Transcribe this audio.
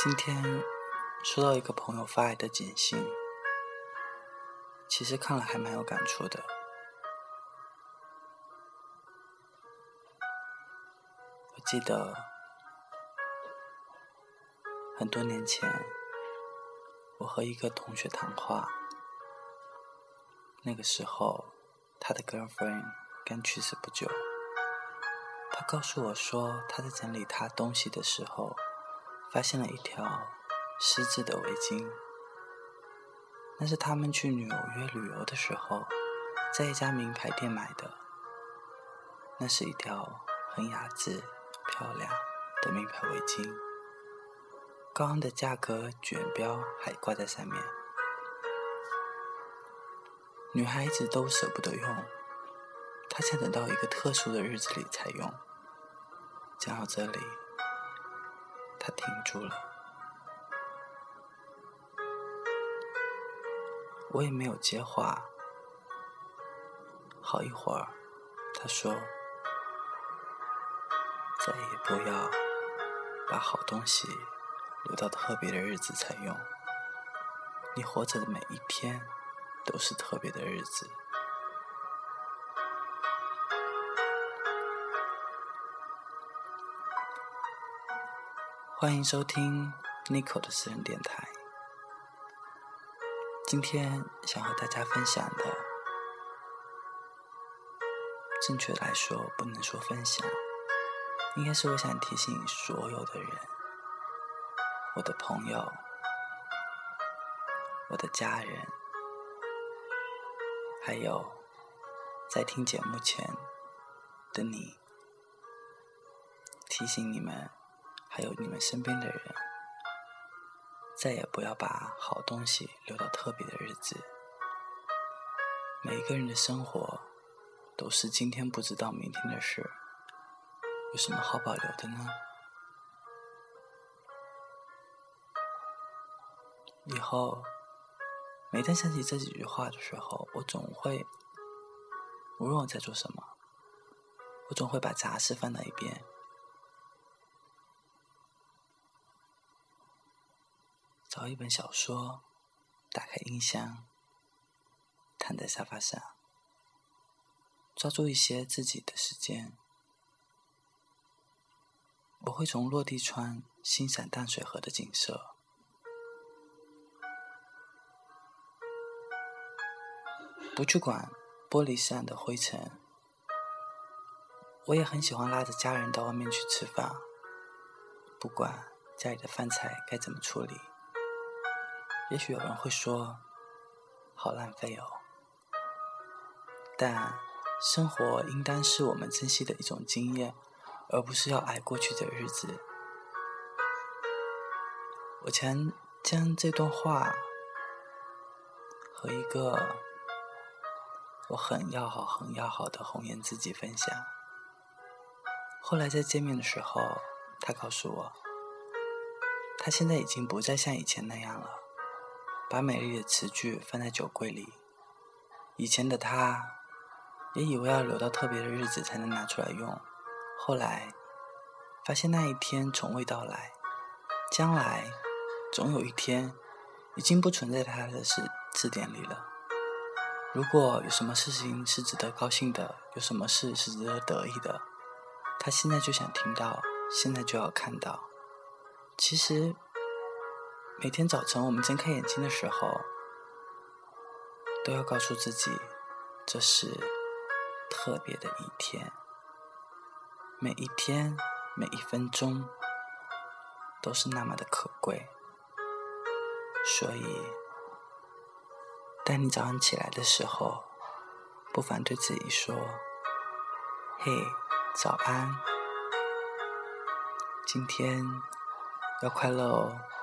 今天收到一个朋友发来的简信，其实看了还蛮有感触的。我记得很多年前，我和一个同学谈话，那个时候他的 girlfriend 刚去世不久。他告诉我说，他在整理他东西的时候发现了一条丝质的围巾，那是他们去纽约旅游的时候在一家名牌店买的。那是一条很雅致漂亮的名牌围巾，高昂的价格卷标还挂在上面。女孩子都舍不得用，她想等到一个特殊的日子里才用。讲到这里，她停住了。我也没有接话。好一会儿，她说，再也不要把好东西留到特别的日子才用。你活着的每一天都是特别的日子。欢迎收听 Nico 的私人电台。今天想和大家分享的，正确来说不能说分享，应该是我想提醒所有的人，我的朋友，我的家人，还有在听节目前的你，提醒你们还有你们身边的人，再也不要把好东西留到特别的日子。每一个人的生活都是今天不知道明天的事，有什么好保留的呢？以后每当想起这几句话的时候，我总会，无论我在做什么，我总会把杂事放到一边，找一本小说，打开音箱，躺在沙发上，抓住一些自己的时间。我会从落地窗欣赏淡水河的景色，不去管玻璃上的灰尘。我也很喜欢拉着家人到外面去吃饭，不管家里的饭菜该怎么处理。也许有人会说，好浪费哦。但生活应当是我们珍惜的一种经验，而不是要挨过去的日子。我曾将这段话和一个我很要好的红颜知己分享。后来在见面的时候，他告诉我，他现在已经不再像以前那样了，把美丽的词句放在酒柜里。以前的他也以为要留到特别的日子才能拿出来用，后来发现那一天从未到来，将来总有一天已经不存在他的字典里了。如果有什么事情是值得高兴的，有什么事是值得得意的，他现在就想听到，现在就要看到。其实每天早晨我们睁开眼睛的时候，都要告诉自己，这是特别的一天。每一天每一分钟都是那么的可贵。所以当你早上起来的时候，不妨对自己说，嘿，早安，今天要快乐哦。